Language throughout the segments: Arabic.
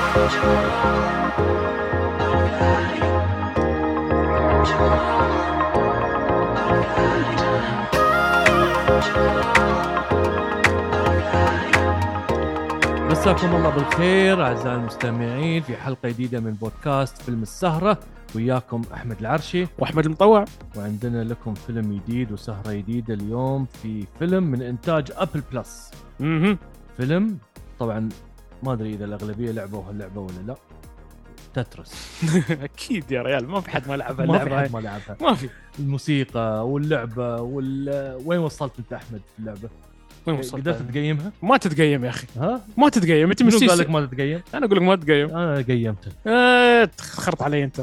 مساكم الله بالخير أعزائي المستمعين في حلقة جديدة من بودكاست فيلم السهرة. وياكم أحمد العرشي وأحمد المطوع، وعندنا لكم فيلم جديد وسهرة جديدة اليوم في فيلم من إنتاج أبل بلس. فيلم طبعا ما أدري إذا الأغلبية لعبوا هاللعبة ولا لا، تترس. أكيد يا ريال، ما في حد ما لعبها. ما في حد ما لعبها. ما في الموسيقى واللعبة وين وصلت أنت أحمد في اللعبة؟ قدرت تقيمها؟ ما تتقيم يا أخي، ها؟ ما تتقيم. أنت منو قال لك ما تتقيم؟ أنا أقول لك ما تتقيم. أنا قيمتها. تخرط علي أنت.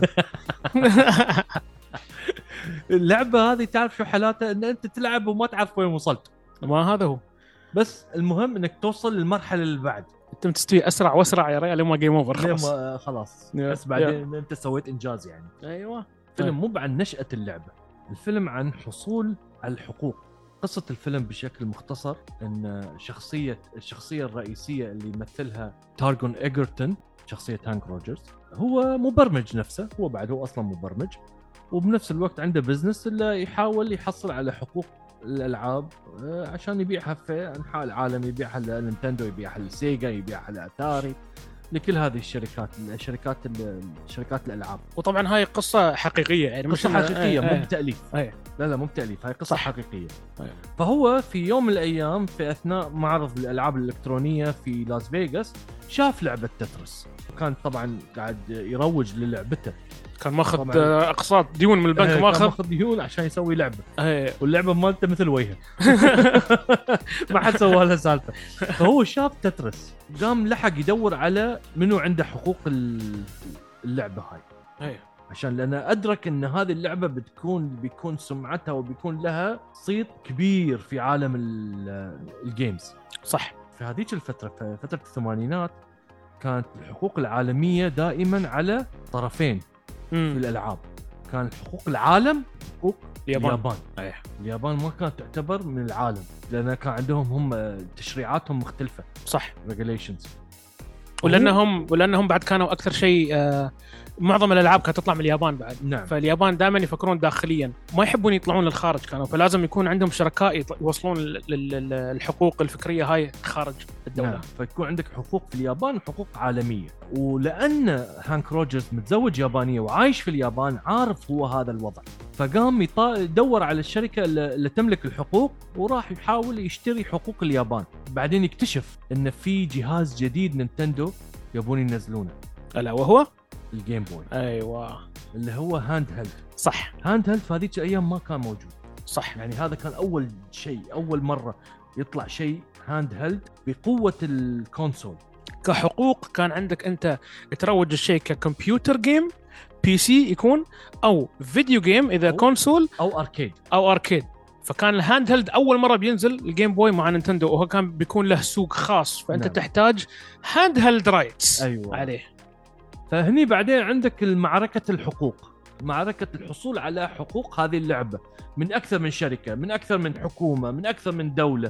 اللعبة هذه تعرف شو حالاتها؟ إن أنت تلعب وما تعرف وين وصلت. ما هذا هو، بس المهم إنك توصل للمرحلة اللي بعد. أنت متستوي أسرع وأسرع يا ريال، ما جيم أوفر خلاص. خلاص. بس بعدين أنت سويت إنجاز يعني. أيوة. فيلم مو عن نشأة اللعبة، الفيلم عن حصول على الحقوق. قصة الفيلم بشكل مختصر إن الشخصية الرئيسية اللي يمثلها تارغون إيجرتون، شخصية هانك روجرز، هو مبرمج نفسه، هو بعد هو أصلا مبرمج، وبنفس الوقت عنده بزنس اللي يحاول يحصل على حقوق الألعاب عشان يبيعها في أنحاء العالم، يبيعها لنينتندو، يبيعها لسيجا، يبيعها لأتاري، لكل هذه شركات الألعاب. وطبعا هاي قصة حقيقية يعني، قصة حقيقية مو بتأليف. لا مو بتأليف، هاي قصة صح. حقيقية. فهو في يوم من الأيام في أثناء معرض الألعاب الإلكترونية في لاس فيغاس شاف لعبة تترس، كان طبعا قاعد يروج للعبته، كان ماخذ اقساط ديون من البنك، ماخذ ديون عشان يسوي لعبه. واللعبه مالته مثل وجهه. ما حد سوى لها سالفه. فهو شاف تترس، قام لحق يدور على منو عنده حقوق اللعبه هاي. عشان لأنا أدرك أن هذه اللعبة بيكون سمعتها وبيكون لها صيت كبير في عالم الجيمز. صح. في هذيك الفترة، في فترة الثمانينات، كانت الحقوق العالمية دائما على طرفين في الألعاب. كان حقوق العالم، حقوق اليابان. اليابان ما كانت تعتبر من العالم لأن كان عندهم هم تشريعاتهم مختلفة. صح. regulations. ولأنهم بعد كانوا أكثر شيء معظم الألعاب كانت تطلع من اليابان بعد. نعم. فاليابان دائما يفكرون داخليا، ما يحبون يطلعون للخارج كانوا، فلازم يكون عندهم شركاء يوصلون الحقوق الفكرية هاي خارج الدولة. نعم. فيكون عندك حقوق في اليابان وحقوق عالمية. ولأن هانك روجرز متزوج يابانية وعايش في اليابان، عارف هو هذا الوضع، فقام يدور على الشركة اللي تملك الحقوق، وراح يحاول يشتري حقوق اليابان. بعدين يكتشف إن في جهاز جديد نينتندو يبون ينزلونه، ألا وهو الجيم بوي. أيوة، اللي هو هاند هيلد. صح. هاند هيلد في هذيك الأيام ما كان موجود. صح. يعني هذا كان أول مرة يطلع شيء هاند هيلد بقوة الكونسول. كحقوق كان عندك أنت تروج الشيء ككمبيوتر جيم، بي سي يكون، أو فيديو جيم إذا كونسول، أو أركيد. فكان الهاند هيلد أول مرة بينزل الجيم بوي مع نينتندو، وهو كان بيكون له سوق خاص، فأنت نعم. تحتاج هاند هيلد رايتس. أيوة. عليه. فهني بعدين عندك معركة الحقوق، معركة الحصول على حقوق هذه اللعبة من أكثر من شركة، من أكثر من حكومة، من أكثر من دولة.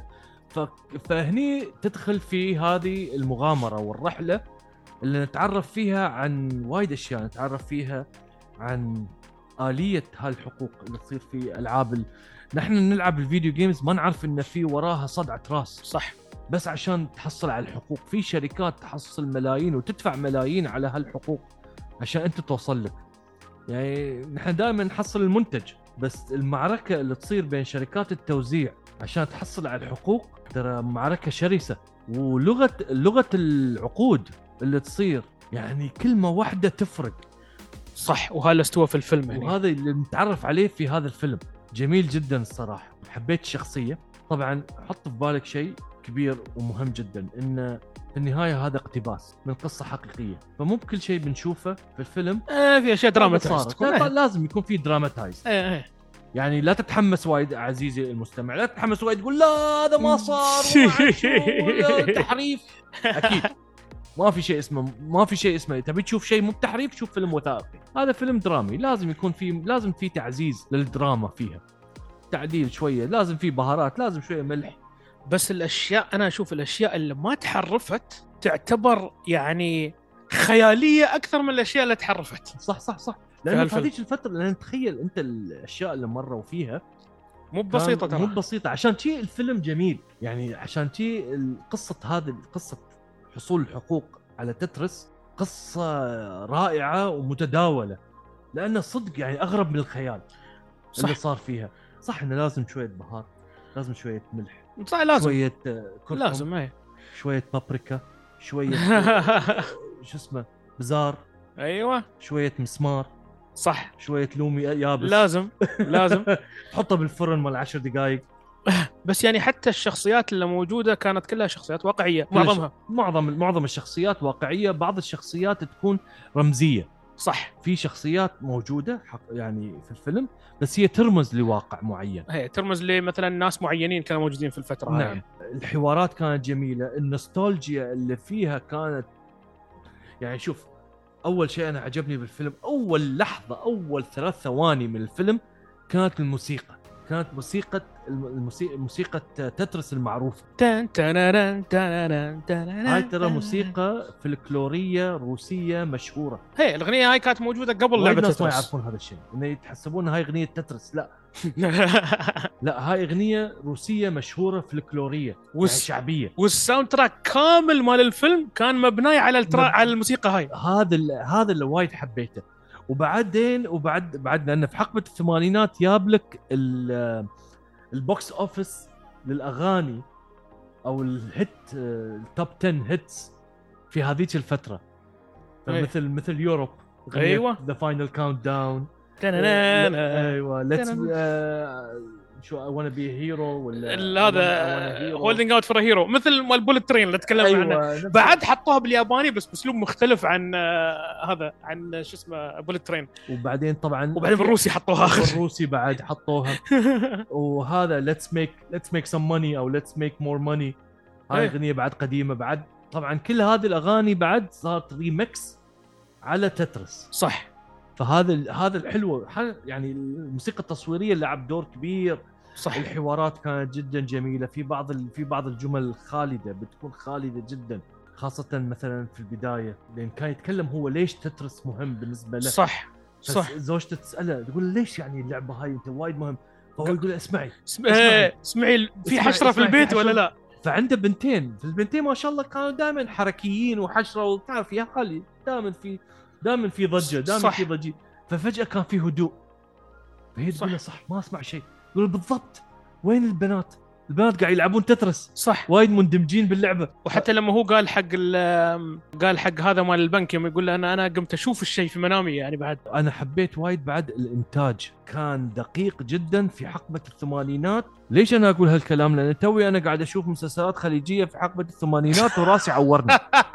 فهني تدخل في هذه المغامرة والرحلة اللي نتعرف فيها عن وايد أشياء. نتعرف فيها عن آلية هالحقوق اللي تصير في ألعاب نحن نلعب الفيديو جيمز ما نعرف إن في وراها صدعة راس. صح. بس عشان تحصل على الحقوق، في شركات تحصل ملايين وتدفع ملايين على هالحقوق عشان أنت توصل لك. يعني نحن دائما نحصل المنتج، بس المعركة اللي تصير بين شركات التوزيع عشان تحصل على الحقوق ترى معركة شرسة. ولغة العقود اللي تصير، يعني كلمة واحدة تفرق. صح. وهذا استوى في الفيلم يعني. وهذا اللي نتعرف عليه في هذا الفيلم. جميل جدا الصراحة، حبيت الشخصية. طبعا حط في بالك شيء كبير ومهم جدا، إن في النهاية هذا اقتباس من قصة حقيقية، فمو بكل شيء بنشوفه في الفيلم في أشياء دراماتايز. لازم يكون في دراماتايز. يعني لا تتحمس وايد عزيزي المستمع، لا تتحمس وايد تقول لا هذا ما صار تحريف. أكيد ما في شيء اسمه تبي تشوف شيء مو بتحريف، شوف فيلم وثائقي. هذا فيلم درامي، لازم يكون لازم في تعزيز للدراما فيها، تعديل شوية، لازم في بهارات، لازم شوية ملح. بس الأشياء، أنا أشوف الأشياء اللي ما تحرفت تعتبر يعني خياليه اكثر من الاشياء اللي تحرفت. صح لأن في هالفيلم. هذيك الفترة، لأن تخيل أنت الأشياء اللي مروا فيها مو بسيطه مو ترى. بسيطة. عشان شيء الفيلم جميل، يعني عشان شيء قصة هذه قصة حصول الحقوق على تترس قصة رائعة ومتداولة، لأنه صدق يعني أغرب من الخيال اللي صح صار فيها. صح إنه لازم شوية بهار، لازم شوية ملح، صح لازم شوية كركم، لازم ايه. شوية بابريكا، شوية شو اسمه بزار، ايوه شوية مسمار، صح شوية لومي يابس، لازم تحطه بالفرن مال 10 دقائق. بس يعني حتى الشخصيات اللي موجوده كانت كلها شخصيات واقعيه كلش- معظمها. معظم الشخصيات واقعية، بعض الشخصيات تكون رمزية. صح في شخصيات موجودة يعني في الفيلم بس هي ترمز لواقع معين. هي ترمز لمثلا ناس معينين كانوا موجودين في الفتره هاي. نعم. الحوارات كانت جميلة، النوستالجيا اللي فيها كانت يعني شوف، أول شيء أنا عجبني بالفيلم أول لحظة، أول 3 ثواني من الفيلم كانت الموسيقى، كانت موسيقى تترس المعروفة. تن تنرن تنرن تنرن. هاي ترى موسيقى فلكلورية روسية مشهورة. هي الاغنيه هاي كانت موجوده قبل وايد لعبه ناس ما تترس. يعرفون هذا الشيء، انه يتحسبون هاي اغنيه تترس. لا لا، هاي اغنيه روسيه مشهوره فلكلوريه يعني شعبيه. والساوند تراك كامل مال الفيلم كان مبني على على الموسيقى هاي. هذا اللي وايد حبيته. وبعد لان في حقبه الثمانينات جاب لك البوكس اوفيس للاغاني او الهيت، التوب 10 هيتس في هذيك الفتره، مثل يوروب، ايوه ذا فاينل كاونت داون، تنانا. ايوه ليتس شو اي وانا بي هيرو، ولا هذا هولدنج اوت فور هيرو، مثل مال بولت ترين اللي تكلمنا عنه. أيوة بعد حطوها بالياباني بس باسلوب مختلف عن هذا، عن شو اسمه بولت ترين. وبعدين وبعدين بالروسي حطوها بالروسي بعد حطوها. وهذا ليتس ميك سم ماني او ليتس ميك مور ماني، هاي اغنيه بعد قديمه. بعد طبعا كل هذه الاغاني بعد صارت ريمكس على تترس. صح. فهذا الحلو، يعني الموسيقى التصويريه لعب دور كبير. صح. الحوارات كانت جدا جميله، في بعض الجمل خالده، بتكون خالده جدا، خاصه مثلا في البدايه لان كان يتكلم هو ليش تترس مهم بالنسبه له. صح صح. زوجته تساله تقول ليش يعني اللعبه هاي انت وايد مهم، فهو يقول اسمعي اسمعي في حشره في البيت ولا لا. فعنده بنتين، البنتين ما شاء الله كانوا دائما حركيين وحشره، وتعرف يا خالي دائما في ضجه، دائما في ضجيج. ففجاه كان في هدوء، فهي تقول له صح ما اسمع شيء. يقول بالضبط وين البنات قاعد يلعبون تترس، صح وايد مندمجين باللعبه. وحتى لما هو قال حق هذا مال البنك يوم يقول له انا قمت اشوف الشيء في منامي، يعني بعد انا حبيت وايد بعد الانتاج كان دقيق جدا في حقبه الثمانينات. ليش انا اقول هالكلام؟ لان توي انا قاعد اشوف مسلسلات خليجيه في حقبه الثمانينات وراسي عورني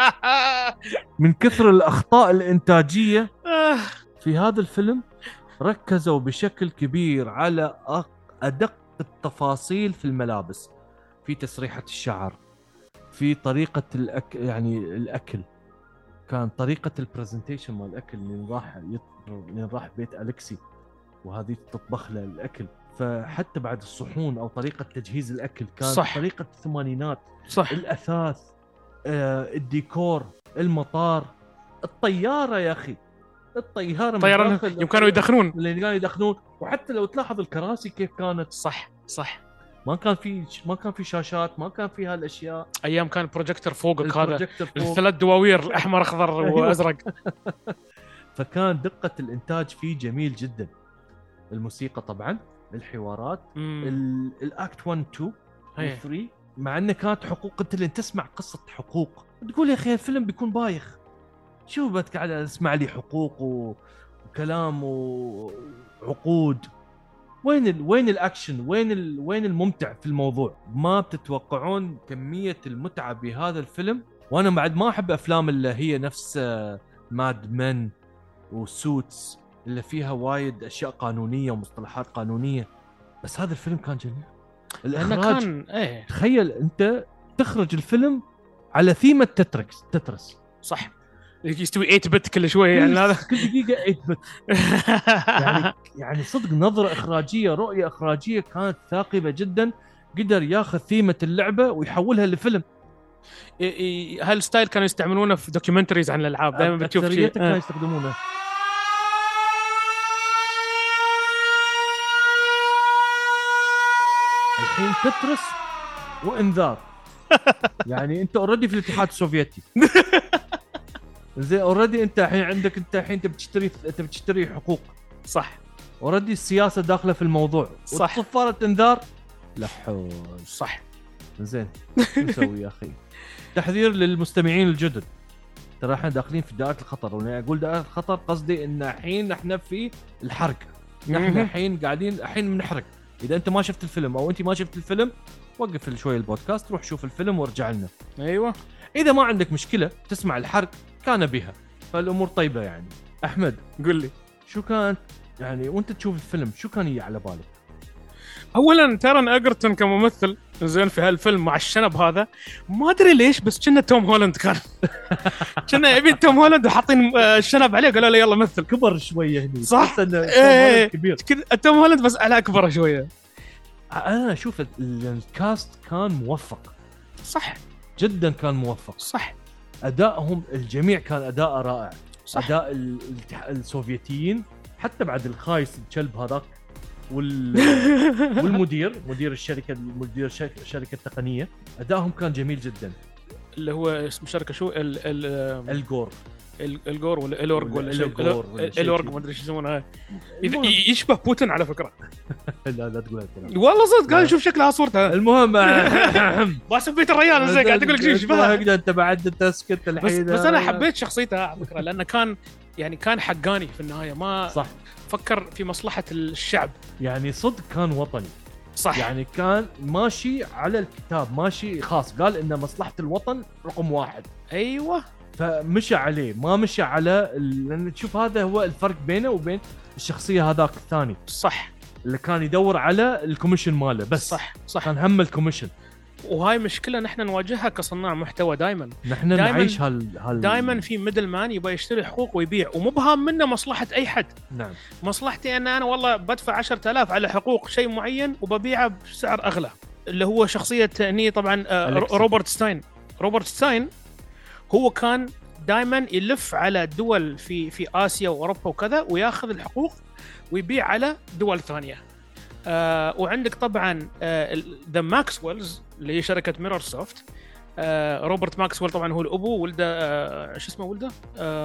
من كثر الاخطاء الانتاجيه. في هذا الفيلم ركزوا بشكل كبير على ادق التفاصيل في الملابس، في تسريحه الشعر، في طريقه يعني الاكل، كان طريقه البرزنتيشن مال الاكل اللي راح بيت أليكسي وهذه تطبخ له الاكل. فحتى بعد الصحون او طريقه تجهيز الاكل كانت صح. طريقه الثمانينات. صح. الاثاث، الديكور، المطار، الطياره يا اخي، طيران يوم كانوا يدخنون وحتى لو تلاحظ الكراسي كيف كانت. صح ما كان في شاشات، ما كان في هالاشياء. ايام كان بروجيكتور فوقك، هذا الثلاث دواوير احمر اخضر وازرق. فكان دقه الانتاج فيه جميل جدا. الموسيقى طبعا، الحوارات، الاكت 1 2 3، مع انه كانت حقوق. انت اللي تسمع قصه حقوق تقول يا اخي الفيلم بيكون بايخ، شو بتقعد اسمع لي حقوق وكلام وعقود. وين الاكشن؟ وين الممتع في الموضوع؟ ما بتتوقعون كميه المتعه بهذا الفيلم. وانا بعد ما احب افلام اللي هي نفس ماد من وسوتس اللي فيها وايد اشياء قانونيه ومصطلحات قانونيه، بس هذا الفيلم كان جميل. الاخراج كان تخيل انت تخرج الفيلم على ثيمه تترس. صح، يستوي 8 بت كل شويه، يعني هذا كل دقيقه 8 بت. يعني صدق نظره اخراجيه، رؤيه اخراجيه كانت ثاقبه جدا. قدر ياخذ ثيمه اللعبه ويحولها لفيلم. هالستايل كانوا يستعملونه في دوكيومنتريز عن الالعاب، دائما بتشوف شيء اكثريتها كانوا يستخدمونه. الحين تترس وانذار. يعني انت اوريدي في الاتحاد السوفيتي. زين اوريدي انت الحين عندك، انت الحين انت بتشتري حقوق. صح. اوريدي السياسه داخله في الموضوع. صح. وصفاره انذار. لا حول. صح. زين شو نسوي يا اخي؟ تحذير للمستمعين الجدد، ترى احنا داخلين في دائره الخطر. وانا اقول دائره الخطر قصدي ان الحين احنا في الحرق. نحن الحين قاعدين الحين بنحرق. اذا انت ما شفت الفيلم او انت ما شفت الفيلم، وقف شوي البودكاست، روح شوف الفيلم وارجع لنا. ايوه. اذا ما عندك مشكله تسمع الحرق كان بها، فالامور طيبه. يعني احمد قل لي، شو كانت يعني وانت تشوف الفيلم شو كان يجي على بالك؟ اولا تيرن اجرتون كممثل زين في هالفيلم مع الشنب هذا، ما ادري ليش بس كنا توم هولاند كنا يبي توم هولاند وحاطين الشنب عليه، قالوا له يلا مثل. كبر شويه هني صح. إيه كبير توم هولاند بس على اكبر شويه. انا اشوف الكاست كان موفق. صح جدا كان موفق. صح. ادائهم الجميع كان اداء رائع. صح. اداء السوفيتيين حتى بعد الخايس الكلب هذاك مدير الشركه، مدير شركه التقنيه، ادائهم كان جميل جدا. اللي هو اسم الشركه شو الجور ولا الورج ولا الورج ما ادري شو يسمونها. يشبه بوتين على فكره. لا تقول هالكلام والله صدق. قال شوف شكلها صورتها. المهم باسم بيت الريان زي قاعد اقول لك شو يشبهها. انت بعد تسكت الحين. بس انا حبيت شخصيتها على فكره، لانه كان حقاني في النهايه، ما صح فكر في مصلحه الشعب. يعني صدق كان وطني. صح. يعني كان ماشي على الكتاب، ماشي خاص، قال ان مصلحه الوطن رقم واحد. ايوه. فمشى عليه، ما مشى على لان تشوف هذا هو الفرق بينه وبين الشخصيه هذاك الثاني. صح. اللي كان يدور على الكوميشن ماله بس. صح. كان هم الكوميشن. وهاي مشكله نحن نواجهها كصناع محتوى. نحن نعيش دائما في ميدل مان يبغى يشتري حقوق ويبيع، ومو بهام منه مصلحه اي حد. نعم. مصلحتي ان انا والله بدفع 10,000 على حقوق شيء معين وببيعه بسعر اغلى. اللي هو شخصيه هني طبعا روبرت ستاين هو كان دائما يلف على دول في اسيا واوروبا وكذا، وياخذ الحقوق ويبيع على دول ثانيه. وعندك طبعا ذا ماكسويلز اللي هي شركه ميرور سوفت. روبرت ماكسويل طبعا هو الابو، ولده شو اسمه ولده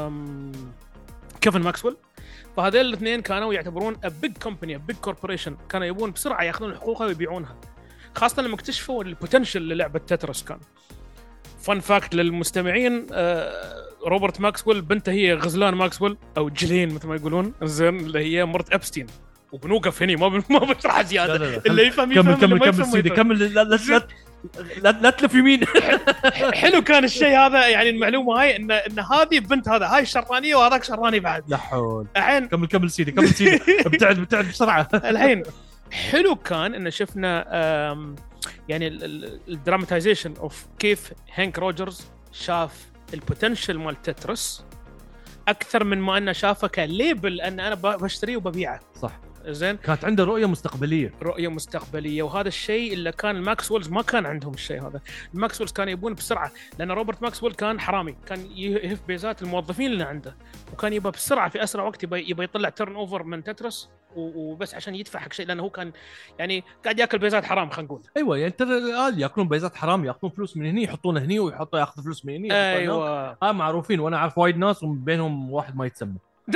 كيفن ماكسويل. فهذول الاثنين كانوا يعتبرون بيج كومباني، بيج كوربوريشن، كانوا يبون بسرعه ياخذون حقوقها ويبيعونها، خاصه لما اكتشفوا البوتنشل للعبه تترس. كان فن فاكت للمستمعين، روبرت ماكسويل بنته هي غزلان ماكسويل او جلين مثل ما يقولون، زين، اللي هي مرت ابستين. وبنوقف هني ما بشرح زياده. اللي يفهم كمل سيدي كمل. لا تلف يمين. حلو كان الشيء هذا، يعني المعلومه هاي ان هذه بنت هاي الشرانيه وهذاك شراني بعد. لا حول. الحين كمل سيدي ابتعد بسرعه. الحين حلو كان ان شفنا يعني الدراماتيزيشن اوف كيف هانك روجرز شاف البوتنشل مال تترس اكثر من ما انه شافه كليبل ان انا بشتريه وببيعه. صح. زين. كانت عنده رؤيه مستقبليه، وهذا الشيء اللي كان الماكسويلز ما كان عندهم الشيء هذا. الماكسويلز كانوا يبون بسرعه، لان روبرت ماكسويل كان حرامي، كان يهف بيزات الموظفين اللي عنده، وكان يبى بسرعه في اسرع وقت يبى يطلع تيرن اوفر من تترس وبس عشان يدفع حق شيء، لانه هو كان يعني قاعد ياكل بيزات حرام. خلينا نقول ايوه، يعني ترى الان ياكلون بيزات حرام، ياخذون فلوس من هني يحطونها هني ويحطوا ياخذ فلوس من هني. ايوه معروفين، وانا اعرف وايد ناس ومن بينهم واحد ما يتسمى.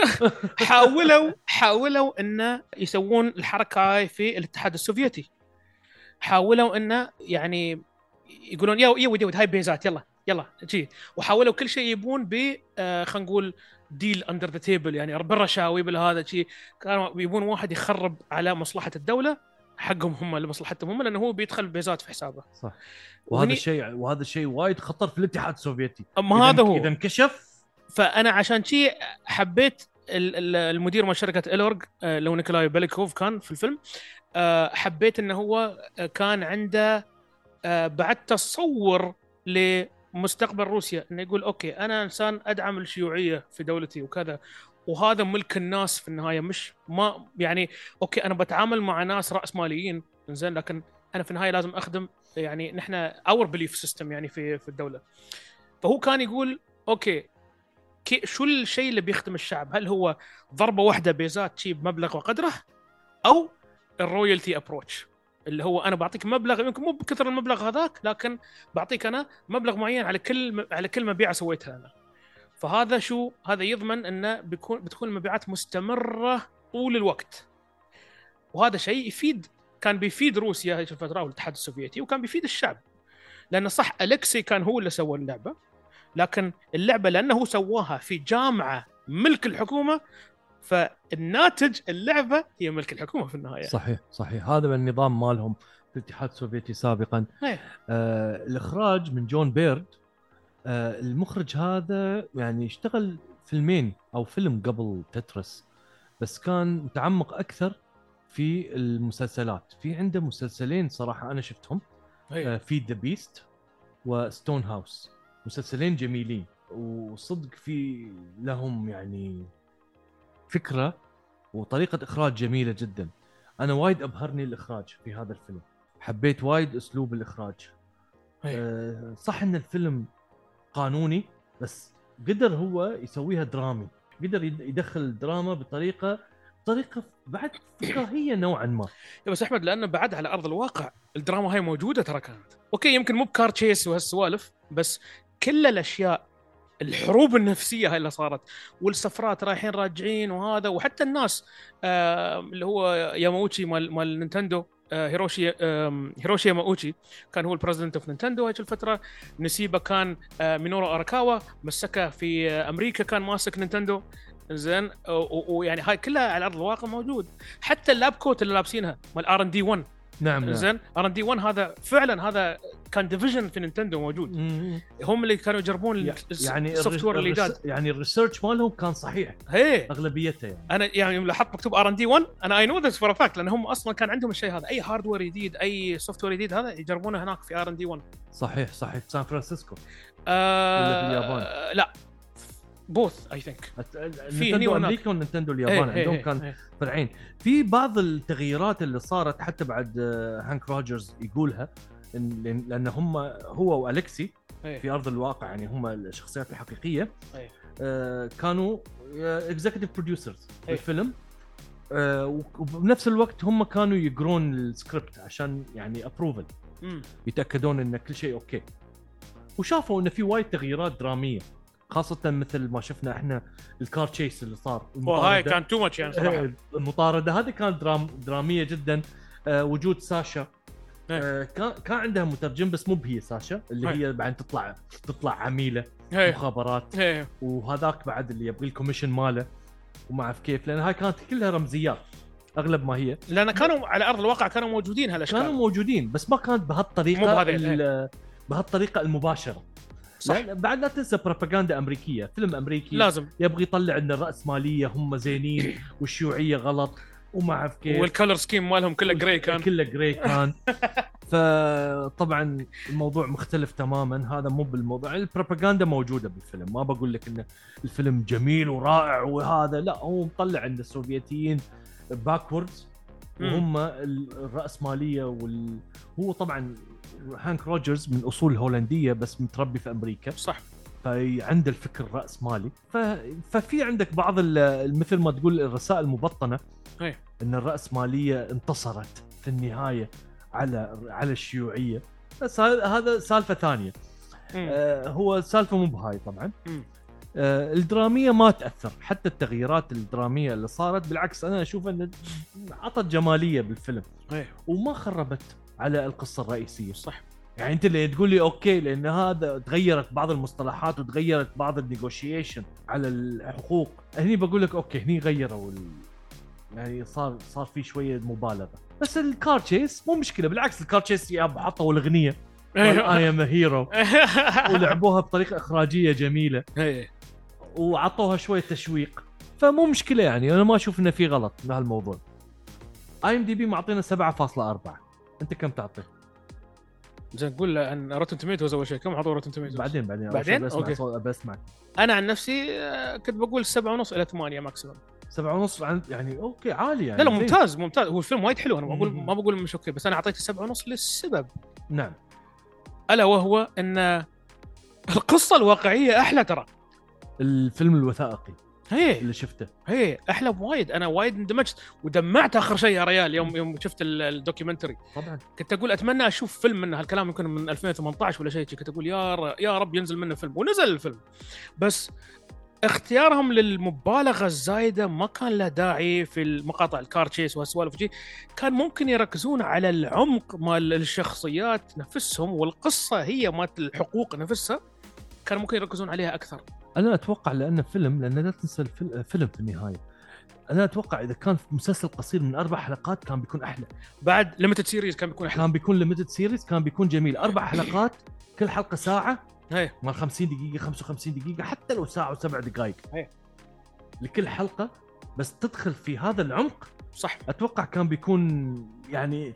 حاولوا انه يسوون الحركه هاي في الاتحاد السوفيتي. حاولوا انه يعني يقولون يا ودي هاي بيزات يلا شي، وحاولوا كل شيء يبون ب خلينا نقول ديل اندر ذا تيبل، يعني بالرشاوي بالهذا شيء. كانوا يبون واحد يخرب على مصلحه الدوله حقهم هم، لمصلحتهم هم، لانه هو بيدخل بيزات في حسابه. صح. وهذا الشيء وايد خطر في الاتحاد السوفيتي. اما هذا هو اذا انكشف. فانا عشان شيء حبيت المدير من شركه الورج لو نيكولاي بيليكوف كان في الفيلم. حبيت انه هو كان عنده بعد تصور لمستقبل روسيا، انه يقول اوكي انا انسان ادعم الشيوعيه في دولتي وكذا، وهذا ملك الناس في النهايه، مش ما يعني اوكي انا بتعامل مع ناس رأسماليين زين، لكن انا في النهايه لازم اخدم يعني نحن اور بليف سيستم يعني في الدوله. فهو كان يقول اوكي شو الشيء اللي بيخدم الشعب؟ هل هو ضربه واحده بيزات شيء بمبلغ وقدره، او الرويالتي ابروتش اللي هو انا بعطيك مبلغ يمكن مو بكثر المبلغ هذاك، لكن بعطيك انا مبلغ معين على كل مبيعه سويتها انا. فهذا شو هذا يضمن انه بتكون المبيعات مستمره طول الوقت، وهذا شيء كان بيفيد روسيا هذه الفتره والاتحاد السوفيتي، وكان بيفيد الشعب. لأنه صح أليكسي كان هو اللي سوى اللعبة، لكن اللعبة لأنه هو سواها في جامعة ملك الحكومة، فالناتج اللعبة هي ملك الحكومة في النهاية. صحيح هذا من النظام مالهم في الاتحاد السوفيتي سابقا. الإخراج من جون بيرد. المخرج هذا يعني اشتغل فيلمين أو فيلم قبل تترس، بس كان متعمق أكثر في المسلسلات. في عنده مسلسلين صراحة أنا شفتهم، في ذا بيست وستون هاوس، مسلسلين جميلين وصدق في لهم يعني فكرة وطريقة إخراج جميلة جدا. أنا وايد أبهرني الإخراج في هذا الفيلم، حبيت وايد أسلوب الإخراج. صح إن الفيلم قانوني، بس قدر هو يسويها درامي، قدر يدخل الدراما بطريقة بعد فكاهية نوعا ما. بس أحمد لأنه بعد على أرض الواقع الدراما هاي موجودة ترى كانت أوكي، يمكن مو بكار تشيس وهالسوالف، بس كل الأشياء الحروب النفسية هاي اللي صارت والسفرات رايحين راجعين وهذا، وحتى الناس اللي هو ياماوتشي مال نينتندو، هيروشي ياماوتشي كان هو البريزيدنت اوف نينتندو هاي الفترة. نسيبة كان مينورو أراكاوا مسكه في أمريكا، كان ماسك نينتندو زين. ويعني هاي كلها على أرض الواقع موجود. حتى اللاب كوت اللي لابسينها مال R&D 1 نعم زين، R&D 1 هذا فعلا هذا كان ديفيجن في نينتندو موجود. هم اللي كانوا يجربون يعني السوفت وير اللي يعني الريسيرش مالهم كان صحيح اغلبيته. يعني انا يعني لاحظت مكتوب R&D 1 انا اي نو ذس فور فاكت، لان هم اصلا كان عندهم الشيء هذا، اي هاردوير جديد اي سوفت وير جديد هذا يجربونه هناك في R&D 1. صحيح في سان فرانسيسكو ولا في اليابان؟ لا بوث اي ثينك في هنا امريكا ونينتندو اليابان عندهم كان فرعين. في بعض التغييرات اللي صارت حتى بعد هانك روجرز يقولها، لان هو والكسي في ارض الواقع يعني هم الشخصيات الحقيقيه كانوا اكزيكتيف بروديوسرز في الفيلم، وبنفس الوقت هم كانوا يقرون السكريبت عشان يعني ابروفل، يتاكدون ان كل شيء اوكي. وشافوا ان في وايد تغييرات دراميه، خاصة مثل ما شفنا احنا الكار تشيس اللي صار، وهاي كان تو ماتش يعني صراحة. المطاردة هذه كانت درامية جدا. وجود ساشا كان عندها مترجم بس مو بهي ساشا اللي هي بعد تطلع عميلة مخابرات، وهذاك بعد اللي يبغي الكوميشن ماله وما اعرف كيف، لان هاي كانت كلها رمزيات اغلب ما هي، لان كانوا على ارض الواقع كانوا موجودين هالاشكال، كانوا موجودين بس ما كانت بهالطريقة المباشرة. صح. بعد لا تنسى بروباغندا أمريكية، فيلم أمريكي لازم يبغى يطلع أن الرأسمالية هم زينين والشيوعية غلط وما أعرف كيف، والكولر سكيم مالهم كله جراي كان فطبعا الموضوع مختلف تماما. هذا مو بالموضوع، البروباغندا موجودة بالفيلم، ما بقول لك إن الفيلم جميل ورائع وهذا، لا هو مطلع عند السوفيتيين باكوردز وهم الرأسمالية هو طبعا هانك روجرز من أصول هولندية بس متربي في أمريكا، صح، فعنده الفكر الرأسمالي. ففي عندك بعض مثل ما تقول الرسائل المبطنة إن الرأسمالية انتصرت في النهاية على الشيوعية، بس هذا سالفة ثانية. هو سالفة مو بهاي طبعا. الدرامية ما تأثر، حتى التغييرات الدرامية اللي صارت بالعكس أنا أشوف أن عطت جمالية بالفيلم وما خربت على القصة الرئيسية. صح، يعني أنت اللي تقول لي أوكي لأن هذا تغيرت بعض المصطلحات وتغيرت بعض النيغوشيشن على الحقوق، هني بقول لك أوكي هني غيروا يعني صار في شوية مبالغة. بس الكار تشيس مو مشكلة، بالعكس الكار تشيس حطوا الأغنية I am a hero ولعبوها بطريقة إخراجية جميلة وعطوها شوية تشويق، فمو مشكلة. يعني أنا ما أشوف إنه في غلط بهالموضوع. IMDb معطينا 7.4، أنت كم تعطي؟ زين نقول عن روتن توميتوز أول شيء، كم عطوا روتن توميتوز؟ بعدين بسمع. أنا عن نفسي كنت بقول 7.5 إلى 8 ماكسيمم. 7.5 يعني أوكي عالي يعني. لا ممتاز هو الفيلم وايد حلو، أنا ما بقول مش أوكي، بس أنا أعطيته 7.5 للسبب. نعم الا وهو ان القصه الواقعيه احلى ترى. الفيلم الوثائقي هي اللي شفته احلى بوايد. انا وايد اندمجت ودمعت اخر شيء يا ريال يوم شفت الدوكيومنتري. طبعا كنت اقول اتمنى اشوف فيلم منه. هالكلام يمكن من 2018 ولا شيء. كنت اقول يا رب ينزل منه فيلم، ونزل الفيلم. بس اختيارهم للمبالغه الزايده ما كان له داعي في المقاطع الكار تشيس وهالسوالف دي. كان ممكن يركزون على العمق مال الشخصيات نفسهم، والقصه هي مال الحقوق نفسها كان ممكن يركزون عليها اكثر. انا اتوقع لانه فيلم، لان لا تنسى فيلم في النهايه. انا اتوقع اذا كان مسلسل قصير من 4 حلقات كان بيكون احلى. بعد ليميتد سيريز كان بيكون احلى. كان بيكون ليميتد سيريز كان بيكون جميل. 4 حلقات كل حلقه ساعه، هي مال 50 دقيقه 55 دقيقه، حتى لو ساعه و7 دقائق هي لكل حلقه، بس تدخل في هذا العمق. صح. اتوقع كان بيكون يعني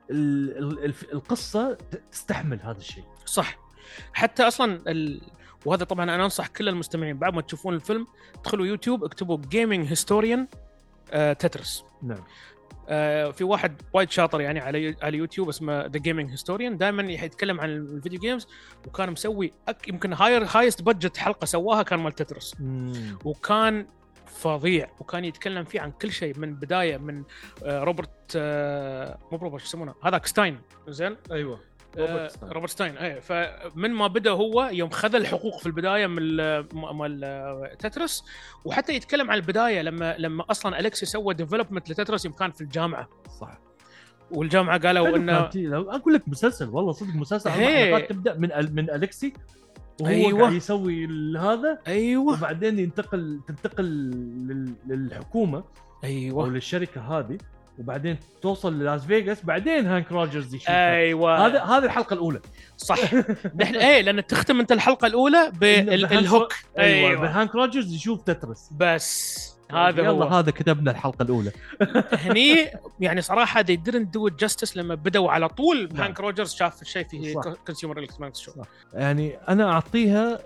القصه تستحمل هذا الشيء. صح. حتى اصلا وهذا طبعا انا انصح كل المستمعين بعد ما تشوفون الفيلم تدخلوا يوتيوب اكتبوا جيمنج هيستوريان تترس. نعم. في واحد وايد شاطر يعني على يوتيوب اسمه ذا جيمنج هيستوريان، دائما يتكلم عن الفيديو جيمز، وكان مسوي يمكن هايست بادجت حلقه سواها كان مال تترس. وكان فظيع، وكان يتكلم فيه عن كل شيء من بدايه من روبرت مو روبرت يسمونه هذاك ستاين. زين ايوه روبرت ستاين. فمن ما بدا هو يوم خذ الحقوق في البدايه من تترس، وحتى يتكلم عن البدايه لما اصلا الكسي سوى ديفلوبمنت لتترس يوم كان في الجامعه. صح. والجامعه قالوا انه اقول لك مسلسل والله صدق مسلسل 4 حلقات تبدا من الكسي وهو أيوة. قاعد يسوي هذا. ايوه. وبعدين تنتقل للحكومه ايوه او للشركه هذه، وبعدين توصل للاس فيغاس، بعدين هانك روجرز يشوف. ايوه هذه الحلقه الاولى. صح. نحن لان تختم انت الحلقه الاولى بالهوك. ايوه بهانك روجرز يشوف تترس بس. هذا هو هذا كتبنا الحلقه الاولى. هني يعني صراحه they didn't do it justice لما بدأوا على طول. هانك روجرز شاف الشيء في كونسيومر الكترونكس شو. يعني انا اعطيها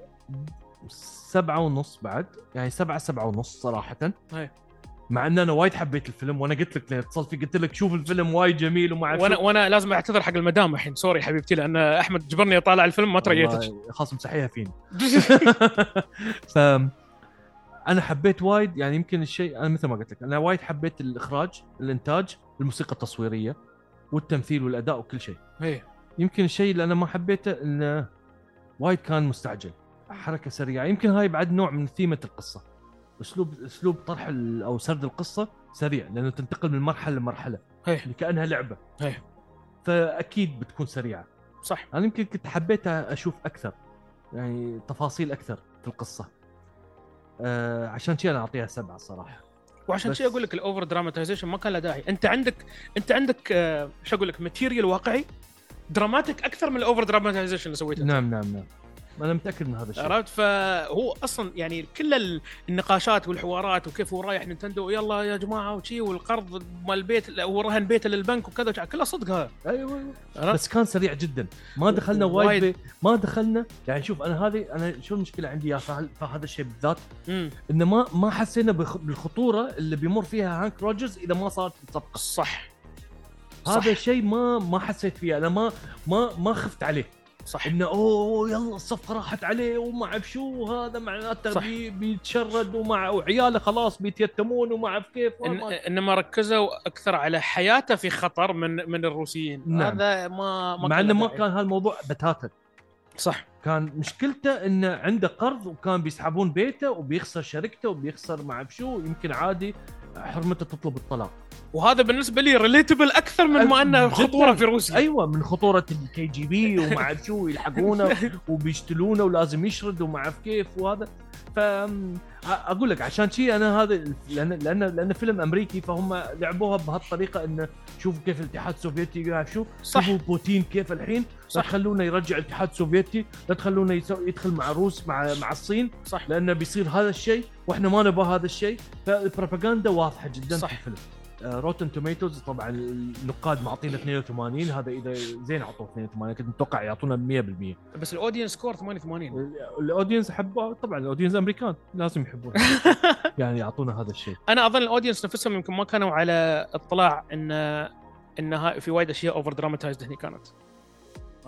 7.5 بعد، يعني 7.5 صراحه. هاي. مع ان انا وايد حبيت الفيلم، وانا قلت لك اتصلت فيك قلت لك شوف الفيلم وايد جميل وما اعرف. وانا لازم اعتذر حق المدام الحين، سوري حبيبتي، لان احمد جبرني اطالع الفيلم ما تريتك خلاص مسحيها فيني. ف انا حبيت وايد، يعني يمكن الشيء انا مثل ما قلت لك انا وايد حبيت الاخراج، الانتاج، الموسيقى التصويريه والتمثيل والاداء وكل شيء. يمكن الشيء اللي انا ما حبيته انه وايد كان مستعجل، حركه سريعه. يمكن هاي بعد نوع من ثيمه القصه، اسلوب طرح او سرد القصه سريع، لانه تنتقل من مرحله لمرحله كانها لعبه. فاكيد بتكون سريعه. صح. انا يمكن كنت حبيت اشوف اكثر، يعني تفاصيل اكثر في القصه. عشان شيء انا اعطيها 7 صراحه. وعشان شيء اقول لك الاوفر دراماتيزيشن ما كان له داعي. انت عندك شو اقول لك ماتيريال واقعي دراماتيك اكثر من الاوفر دراماتيزيشن اللي سويته. نعم انا متاكد من هذا الشيء. عرفت؟ فهو اصلا يعني كل النقاشات والحوارات وكيف هو رايح نينتندو يلا يا جماعه وشي، والقرض مال البيت هو رهن بيته للبنك وكذا، كله صدق هذا. ايوه بس كان سريع جدا، ما دخلنا وايد ما دخلنا. يعني شوف انا شو المشكله عندي يا فهذا الشيء بالذات، انه ما حسينا بالخطوره اللي بيمر فيها هانك روجرز اذا ما صارت الصفقه. صح. هذا الشيء ما حسيت فيه، انا ما خفت عليه. صح. انه يلا الصفقه راحت عليه وما اعرف شو، هذا معناته بيتشرد وعياله خلاص بيتيتمون وما اعرف كيف. انما ركزوا اكثر على حياته في خطر من الروسيين. نعم. هذا ما مع انه ما كان هالموضوع بتاتا. صح. كان مشكلته انه عنده قرض وكان بيسحبون بيته وبيخسر شركته وبيخسر ما اعرف شو، يمكن عادي حرمته تطلب الطلاق. وهذا بالنسبه لي ريليتبل اكثر من ما انه خطوره في روسيا. ايوه من خطوره الكي جي بي وما اعرف شو يلحقونه وبيشتلونه ولازم يشرد وما اعرف كيف وهذا. فاقول لك عشان شيء انا هذا لان فيلم امريكي، فهم لعبوها بهالطريقه انه شوفوا كيف الاتحاد السوفيتي يعرف شو، شوفوا بوتين كيف الحين، لا تخلونا يرجع الاتحاد السوفيتي، لا تخلونا يدخل مع روس مع الصين. صح. لانه بيصير هذا الشيء واحنا ما نبغى هذا الشيء. فالبروباغندا واضحه جدا. صح. في الفيلم. روتن توميتوز طبعا النقاد معطينا 82، هذا اذا زين عطوه 82، كنت متوقع يعطونا 100%. بس الاودينس سكور 88. الاودينس حبوا طبعا، الاودينس امريكان لازم يحبون يعني يعطونا هذا الشيء. انا اظن الاودينس نفسهم يمكن ما كانوا على اطلاع انها في وايد اشياء اوفر دراماتايزد هني كانت.